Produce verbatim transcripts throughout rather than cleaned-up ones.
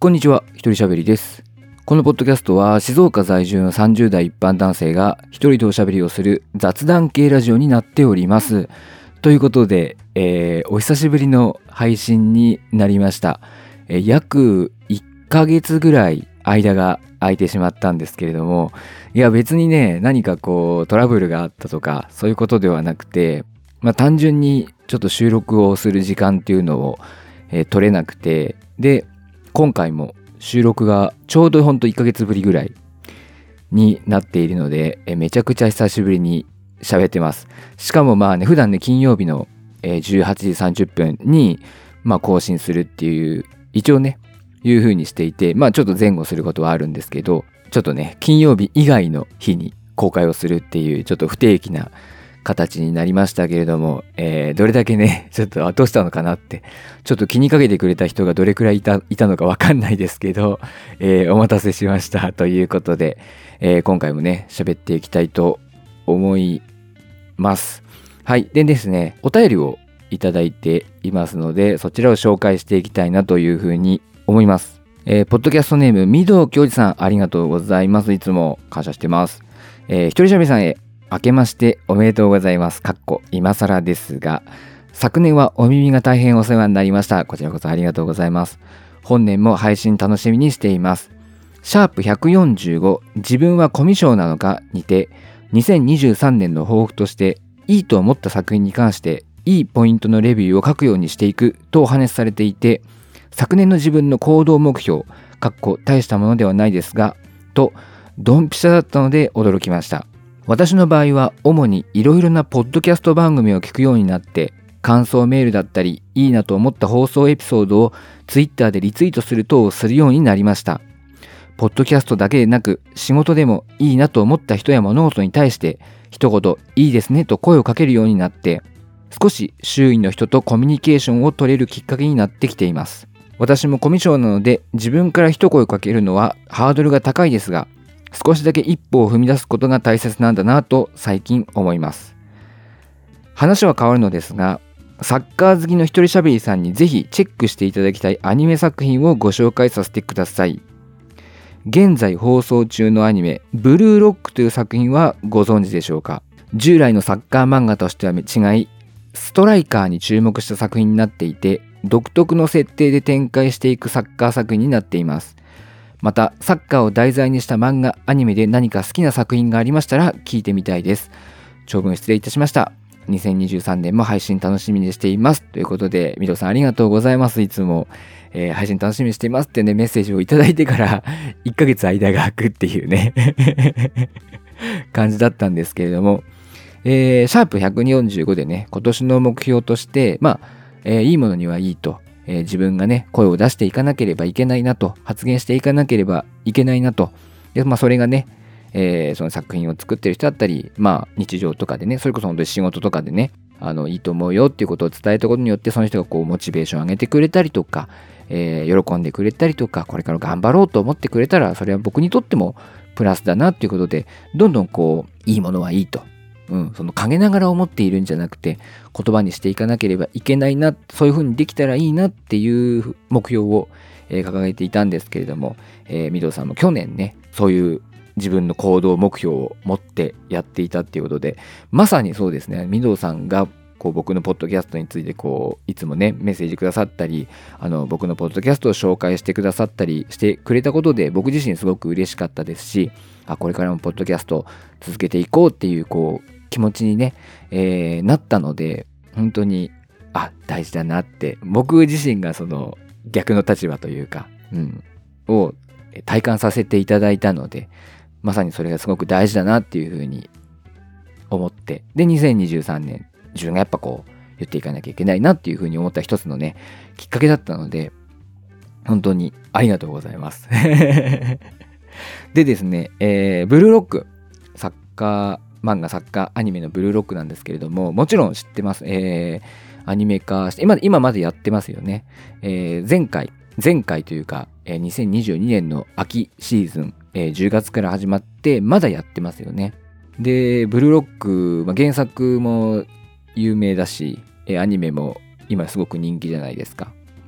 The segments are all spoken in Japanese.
こんにちは、一人喋りです。このポッドキャストは静岡在住のさんじゅう代一般男性が一人でおしゃべりをする雑談系ラジオになっております。ということで、えー、お久しぶりの配信になりました。えー、約いっかげつぐらい間が空いてしまったんですけれども、いや別にね、何かこうトラブルがあったとかそういうことではなくて、まあ単純にちょっと収録をする時間っていうのを、えー、取れなくて、で今回も収録がちょうどほんといっかげつぶりぐらいになっているので、えめちゃくちゃ久しぶりに喋ってます。しかもまあね、普段ね金曜日のじゅうはちじさんじゅっぷんにまあ更新するっていう一応ねいう風にしていて、まあちょっと前後することはあるんですけど、ちょっとね金曜日以外の日に公開をするっていうちょっと不定期な形になりましたけれども、えー、どれだけねちょっとどうしたのかなってちょっと気にかけてくれた人がどれくらいいたいたのかわかんないですけど、えー、お待たせしましたということで、えー、今回もね喋っていきたいと思います。はい。でですね、お便りをいただいていますので、そちらを紹介していきたいなというふうに思います。えー、ポッドキャストネーム御堂教授さん、ありがとうございます。いつも感謝してます。えー、一人しゃべりさんへ明けましておめでとうございます。かっこ今更ですが、昨年はお耳が大変お世話になりました。こちらこそありがとうございます。本年も配信楽しみにしています。シャープひゃくよんじゅうご、自分はコミュ障なのかにて、にせんにじゅうさんねんの抱負として、いいと思った作品に関していいポイントのレビューを書くようにしていくとお話しされていて、昨年の自分の行動目標、かっこ大したものではないですが、とドンピシャだったので驚きました。私の場合は主にいろいろなポッドキャスト番組を聞くようになって、感想メールだったりいいなと思った放送エピソードをツイッターでリツイートする等をするようになりました。ポッドキャストだけでなく、仕事でもいいなと思った人や物事に対して一言いいですねと声をかけるようになって、少し周囲の人とコミュニケーションを取れるきっかけになってきています。私もコミュ障なので自分から一声をかけるのはハードルが高いですが、少しだけ一歩を踏み出すことが大切なんだなと最近思います。話は変わるのですが、サッカー好きの一人しゃべりさんにぜひチェックしていただきたいアニメ作品をご紹介させてください。現在放送中のアニメブルーロックという作品はご存知でしょうか。従来のサッカー漫画としては違い、ストライカーに注目した作品になっていて、独特の設定で展開していくサッカー作品になっています。またサッカーを題材にした漫画アニメで何か好きな作品がありましたら聞いてみたいです。長文失礼いたしました。にせんにじゅうさんねんも配信楽しみにしていますということで、みどさんありがとうございます。いつも、えー、配信楽しみにしていますってねメッセージをいただいてからいっかげつ間が空くっていうね感じだったんですけれども、えー、シャープひゃくよんじゅうごでね、今年の目標としてまあ、えー、いいものにはいいと、えー、自分がね声を出していかなければいけないなと、発言していかなければいけないなと、で、まあ、それがね、えー、その作品を作ってる人だったり、まあ日常とかでね、それこそ本当に仕事とかでね、あのいいと思うよっていうことを伝えたことによって、その人がこうモチベーションを上げてくれたりとか、えー、喜んでくれたりとか、これから頑張ろうと思ってくれたら、それは僕にとってもプラスだなっていうことで、どんどんこういいものはいいと、うん、その陰ながら思っているんじゃなくて言葉にしていかなければいけないな、そういうふうにできたらいいなっていう目標を、えー、掲げていたんですけれども、えー、御堂さんも去年ねそういう自分の行動目標を持ってやっていたっていうことで、まさにそうですね、御堂さんがこう僕のポッドキャストについてこういつもねメッセージくださったり、あの僕のポッドキャストを紹介してくださったりしてくれたことで、僕自身すごく嬉しかったですし、あこれからもポッドキャスト続けていこうっていうこう気持ちにね、えー、なったので、本当にあ大事だなって、僕自身がその逆の立場というか、うん、を体感させていただいたので、まさにそれがすごく大事だなっていうふうに思って、でにせんにじゅうさんねん自分がやっぱこう言っていかなきゃいけないなっていうふうに思った一つのねきっかけだったので、本当にありがとうございますでですね、えー、ブルーロック、サッカー漫画、サッカーアニメのブルーロックなんですけれども、もちろん知ってます。えー、アニメ化して今今までやってますよね。えー、前回前回というか、えー、にせんにじゅうにねんの秋シーズン、えー、じゅうがつから始まってまだやってますよね。でブルーロック、まあ、原作も有名だし、えー、アニメも今すごく人気じゃないですか。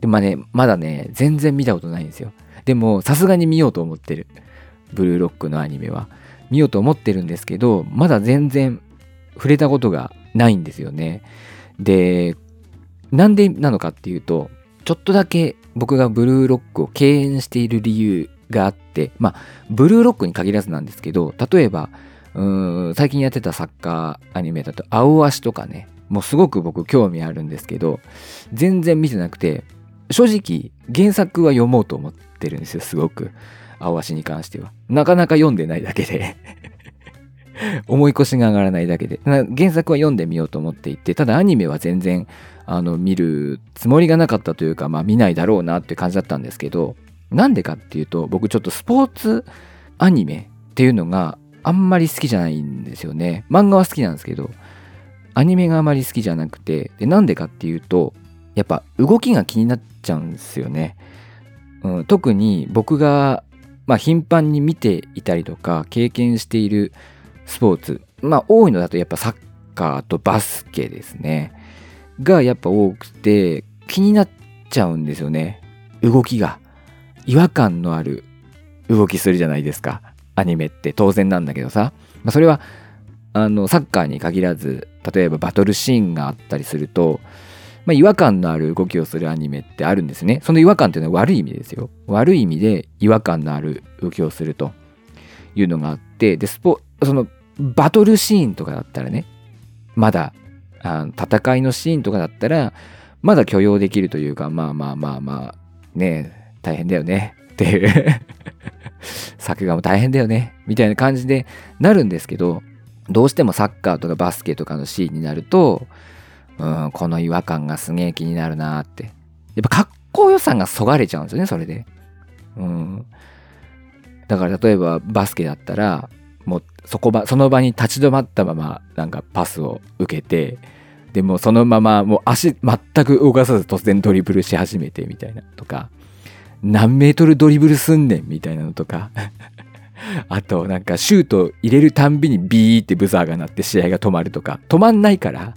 でまあねまだね全然見たことないんですよ。でもさすがに見ようと思ってる。ブルーロックのアニメは見ようと思ってるんですけど、まだ全然触れたことがないんですよね。でなんでなのかっていうと、ちょっとだけ僕がブルーロックを敬遠している理由があって、まあブルーロックに限らずなんですけど、例えばうーん最近やってたサッカーアニメだと青足とかね、もうすごく僕興味あるんですけど全然見てなくて、正直原作は読もうと思ってるんですよ。すごく青足に関してはなかなか読んでないだけで思い越しが上がらないだけで、原作は読んでみようと思っていて、ただアニメは全然あの見るつもりがなかったというか、まあ見ないだろうなって感じだったんですけど、なんでかっていうと、僕ちょっとスポーツアニメっていうのがあんまり好きじゃないんですよね。漫画は好きなんですけどアニメがあまり好きじゃなくて、でなんでかっていうとやっぱ動きが気になっちゃうんですよね。うん、特に僕がまあ頻繁に見ていたりとか経験しているスポーツ、まあ多いのだとやっぱサッカーとバスケですねがやっぱ多くて気になっちゃうんですよね。動きが違和感のある動きするじゃないですか、アニメって。当然なんだけどさ、まあ、それはあのサッカーに限らず、例えばバトルシーンがあったりすると、まあ、違和感のある動きをするアニメってあるんですね。その違和感っていうのは悪い意味ですよ。悪い意味で違和感のある動きをするというのがあって、でスポそのバトルシーンとかだったらね、まだあの戦いのシーンとかだったらまだ許容できるというか、まあまあまあまあねえ大変だよねっていう作画も大変だよねみたいな感じでなるんですけど、どうしてもサッカーとかバスケとかのシーンになると、うん、この違和感がすげえ気になるなって。やっぱかっこよさがそがれちゃうんですよね、それで。うん。だから例えばバスケだったら、もうそこば、その場に立ち止まったままなんかパスを受けて、でもそのままもう足全く動かさず突然ドリブルし始めてみたいなとか、何メートルドリブルすんねんみたいなのとか。あとなんかシュート入れるたんびにビーってブザーが鳴って試合が止まるとか、止まんないから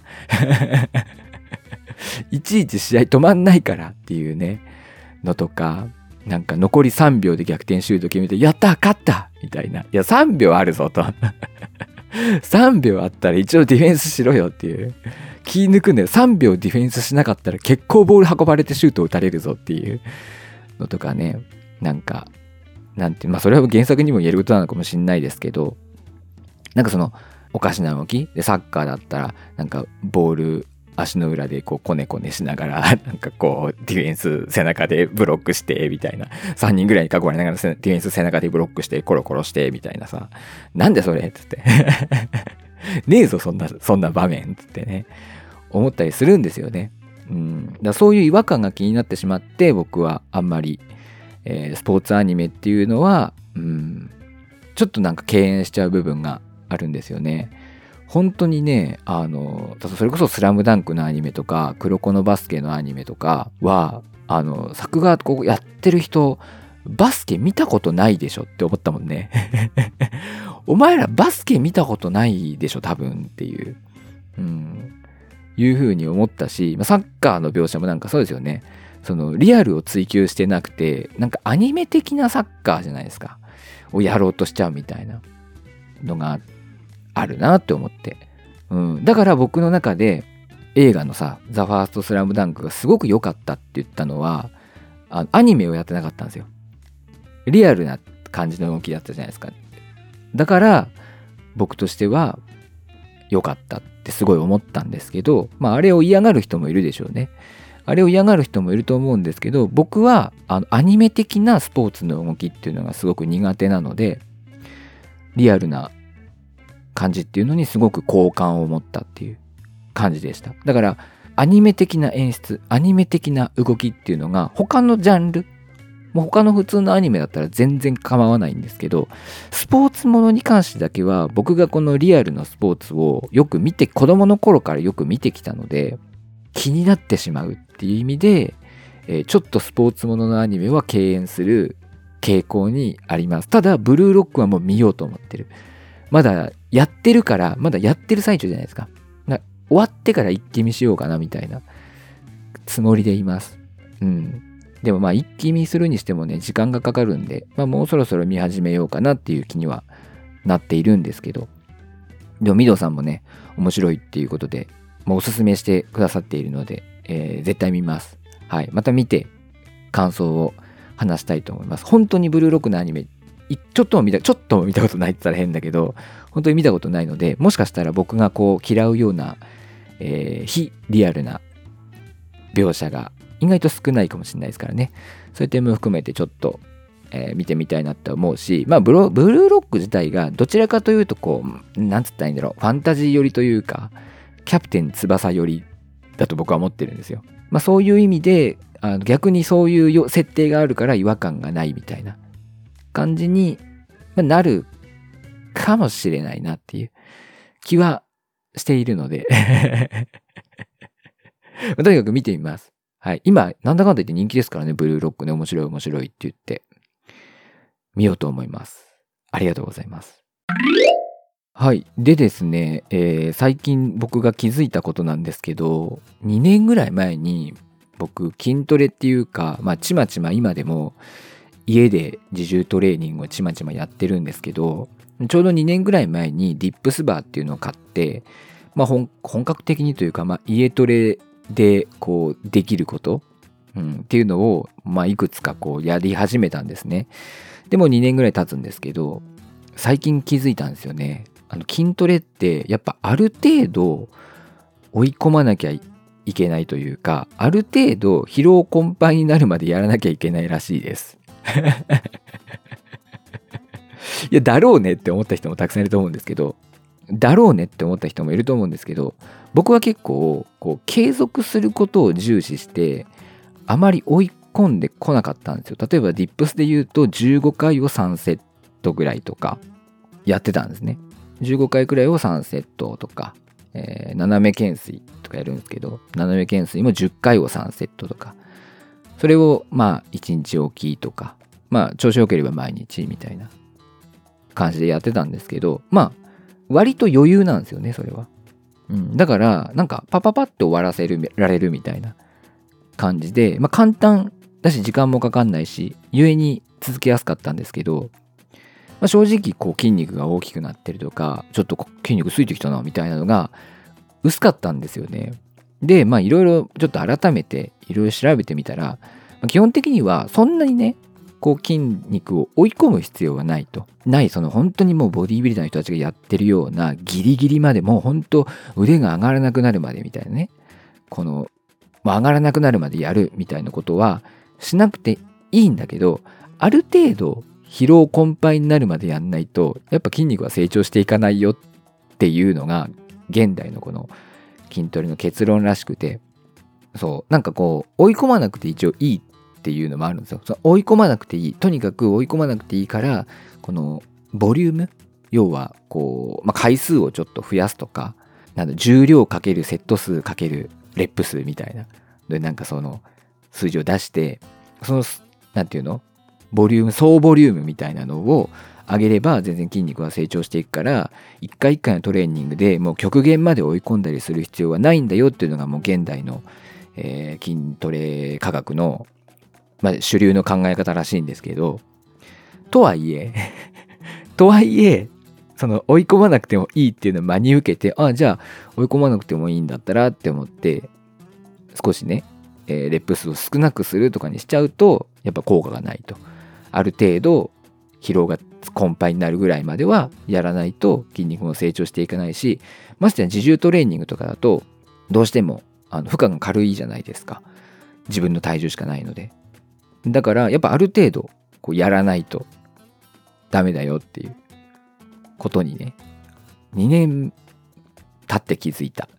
いちいち試合止まんないからっていうねのとか、なんか残りさんびょうで逆転シュート決めてやった勝ったみたいな、いやさんびょうあるぞとさんびょうあったら一応ディフェンスしろよっていう、気抜くんだよ。さんびょうディフェンスしなかったら結構ボール運ばれてシュート打たれるぞっていうのとかね、なんかなんて、まあそれは原作にも言えることなのかもしれないですけど、なんかそのおかしな動きで、サッカーだったらなんかボール足の裏でこうコネコネしながらなんかこうディフェンス背中でブロックしてみたいな、さんにんぐらいに囲まれながらディフェンス背中でブロックしてコロコロしてみたいなさ、なんでそれっつってねえぞそんなそんな場面っつってね思ったりするんですよね。うん、だからそういう違和感が気になってしまって、僕はあんまりえー、スポーツアニメっていうのは、うん、ちょっとなんか敬遠しちゃう部分があるんですよね。本当にね、あのそれこそスラムダンクのアニメとか黒子のバスケのアニメとかは、あの作画こうやってる人バスケ見たことないでしょって思ったもんねお前らバスケ見たことないでしょ多分っていう、うん、いう風に思ったし、サッカーの描写もなんかそうですよね。そのリアルを追求してなくて、なんかアニメ的なサッカーじゃないですかをやろうとしちゃうみたいなのがあるなって思って、うん、だから僕の中で映画のさザ・ファーストスラムダンクがすごく良かったって言ったのは、あアニメをやってなかったんですよ。リアルな感じの動きだったじゃないですか。だから僕としては良かったってすごい思ったんですけど、まああれを嫌がる人もいるでしょうね。あれを嫌がる人もいると思うんですけど、僕はあのアニメ的なスポーツの動きっていうのがすごく苦手なので、リアルな感じっていうのにすごく好感を持ったっていう感じでした。だからアニメ的な演出、アニメ的な動きっていうのが他のジャンル、もう他の普通のアニメだったら全然構わないんですけど、スポーツものに関してだけは僕がこのリアルなスポーツをよく見て、子供の頃からよく見てきたので気になってしまうっていう意味で、えー、ちょっとスポーツもののアニメは敬遠する傾向にあります。ただブルーロックはもう見ようと思ってる。まだやってるから、まだやってる最中じゃないですか。な終わってから一気見しようかなみたいなつもりでいます。 うん。でもまあ一気見するにしてもね時間がかかるんで、まあ、もうそろそろ見始めようかなっていう気にはなっているんですけど、でもミドさんもね面白いっていうことで、まあ、おすすめしてくださっているので、えー、絶対見ます。はい、また見て感想を話したいと思います。本当にブルーロックのアニメちょっとも見たちょっとも見たことないって言ったら変だけど、本当に見たことないので、もしかしたら僕がこう嫌うような、えー、非リアルな描写が意外と少ないかもしれないですからね。そういう点も含めてちょっと、えー、見てみたいなって思うし、まあブロブルーロック自体がどちらかというとこうなんつったらいいんだろう、ファンタジー寄りというかキャプテン翼寄りだと僕は思ってるんですよ。まあそういう意味であの逆にそういう設定があるから違和感がないみたいな感じになるかもしれないなっていう気はしているのでとにかく見てみます。はい。今、なんだかんだ言って人気ですからね、ブルーロックね、面白い面白いって言って、見ようと思います。ありがとうございます。はい。でですね、えー、最近僕が気づいたことなんですけど、にねんぐらい前に僕、筋トレっていうか、まあ、ちまちま今でも家で自重トレーニングをちまちまやってるんですけど、ちょうどにねんぐらい前にディップスバーっていうのを買って、まあ、本, 本格的にというか、まあ、家トレでこうできること、うん、っていうのを、まあ、いくつかこうやり始めたんですね。でもにねんぐらい経つんですけど、最近気づいたんですよね。あの筋トレってやっぱある程度追い込まなきゃいけないというか、ある程度疲労困憊になるまでやらなきゃいけないらしいです。いやだろうねって思った人もたくさんいると思うんですけど、だろうねって思った人もいると思うんですけど、僕は結構こう継続することを重視してあまり追い込んでこなかったんですよ。例えばディップスで言うとじゅうごかいをさんセットぐらいとかやってたんですね。じゅうごかいくらいをさんセットとか、えー、斜め懸垂とかやるんですけど、斜め懸垂もじゅっかいをさんセットとか、それをまあいちにちおきとか、まあ調子良ければ毎日みたいな感じでやってたんですけど、まあ割と余裕なんですよね、それは。うん、だからなんかパパパッと終わらせられるみたいな感じで、まあ簡単だし時間もかかんないし、故に続けやすかったんですけど、まあ、正直こう筋肉が大きくなってるとか、ちょっと筋肉ついてきたなみたいなのが薄かったんですよね。で、まあいろいろちょっと改めていろいろ調べてみたら、まあ、基本的にはそんなにね、こう筋肉を追い込む必要はないと。ない、その本当にもうボディービルダーの人たちがやってるようなギリギリまでもう本当腕が上がらなくなるまでみたいなね。この、まあ、上がらなくなるまでやるみたいなことはしなくていいんだけど、ある程度疲労困憊になるまでやんないとやっぱ筋肉は成長していかないよっていうのが現代のこの筋トレの結論らしくて、そうなんかこう追い込まなくて一応いいっていうのもあるんですよ。その追い込まなくていい、とにかく追い込まなくていいからこのボリューム、要はこう、まあ、回数をちょっと増やすとか、なんだ重量かけるセット数かけるレップ数みたいなでなんかその数字を出して、そのなんていうのボリューム総ボリュームみたいなのを上げれば全然筋肉は成長していくから、一回一回のトレーニングでもう極限まで追い込んだりする必要はないんだよっていうのがもう現代の、えー、筋トレ科学の、まあ、主流の考え方らしいんですけど、とはいえとはいえその追い込まなくてもいいっていうのを真に受けて、あじゃあ追い込まなくてもいいんだったらって思って少しね、えー、レップ数を少なくするとかにしちゃうとやっぱ効果がないと。ある程度疲労が困憊になるぐらいまではやらないと筋肉も成長していかないし、ましてや自重トレーニングとかだとどうしてもあの負荷が軽いじゃないですか。自分の体重しかないので。だからやっぱある程度こうやらないとダメだよっていうことにね、にねん経って気づいた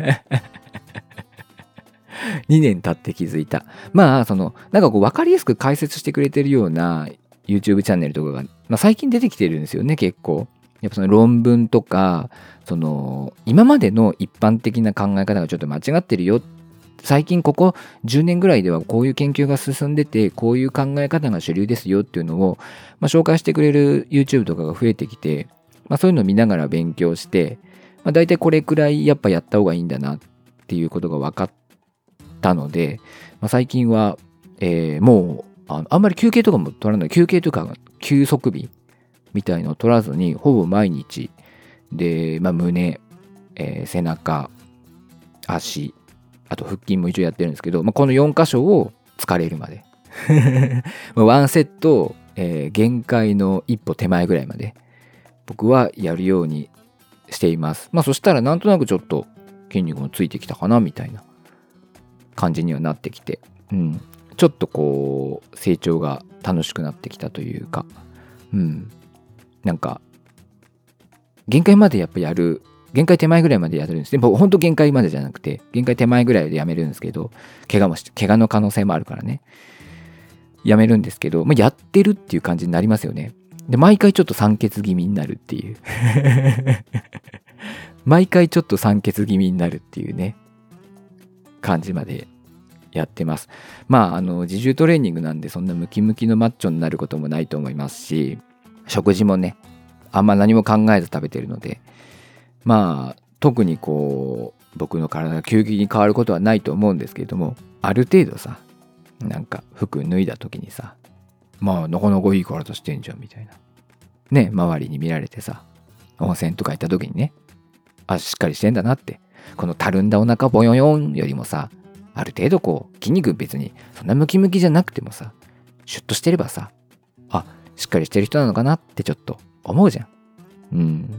にねん経って気づいた。まあそのなんかこう分かりやすく解説してくれてるような YouTube チャンネルとかが、まあ、最近出てきてるんですよね、結構。やっぱその論文とかその今までの一般的な考え方がちょっと間違ってるよ、最近ここじゅうねんぐらいではこういう研究が進んでてこういう考え方が主流ですよっていうのを、まあ、紹介してくれる YouTube とかが増えてきて、まあ、そういうのを見ながら勉強して、まあ、大体これくらいやっぱやった方がいいんだなっていうことが分かったので、まあ、最近はえー、もうあのあんまり休憩とかも取らない、休憩とか休息日みたいのを取らずにほぼ毎日で、まあ、胸、えー、背中、足、あと腹筋も一応やってるんですけど、まあ、このよん箇所を疲れるまでワンセット、えー、限界の一歩手前ぐらいまで僕はやるようにしています。まあそしたらなんとなくちょっと筋肉もついてきたかなみたいな感じにはなってきて、うん、ちょっとこう成長が楽しくなってきたというか、うん、なんか限界までやっぱやる、限界手前ぐらいまでやるんですね。僕ほんと限界までじゃなくて限界手前ぐらいでやめるんですけど、怪我もし怪我の可能性もあるからねやめるんですけど、まあ、やってるっていう感じになりますよね。で毎回ちょっと酸欠気味になるっていう毎回ちょっと酸欠気味になるっていうね感じまでやってます。まああの自重トレーニングなんでそんなムキムキのマッチョになることもないと思いますし、食事もねあんま何も考えず食べてるので、まあ特にこう僕の体が急激に変わることはないと思うんですけれども、ある程度さ、なんか服脱いだ時にさ、まあなかなかいい体してんじゃんみたいなね、周りに見られてさ、温泉とか行った時にね、あしっかりしてんだなって、このたるんだお腹ボヨヨンよりもさ、ある程度こう筋肉別にそんなムキムキじゃなくてもさ、シュッとしてればさ、あしっかりしてる人なのかなってちょっと思うじゃん。うん、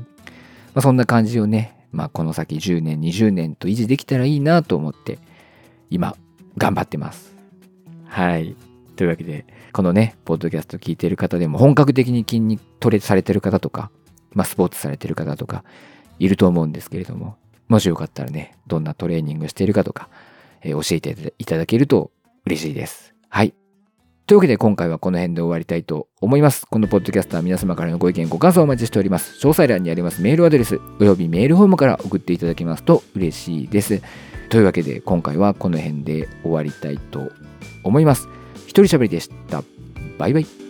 まあ、そんな感じをね、まあこの先じゅうねんにじゅうねんと維持できたらいいなと思って今頑張ってます。はい。というわけで、このね、ポッドキャスト聞いてる方でも本格的に筋肉トレされてる方とか、まあスポーツされてる方とかいると思うんですけれども、もしよかったらね、どんなトレーニングしているかとか、えー、教えていただけると嬉しいです。はい。というわけで今回はこの辺で終わりたいと思います。このポッドキャストは皆様からのご意見ご感想をお待ちしております。詳細欄にありますメールアドレスおよびメールフォームから送っていただけますと嬉しいです。というわけで今回はこの辺で終わりたいと思います。一人喋りでした。バイバイ。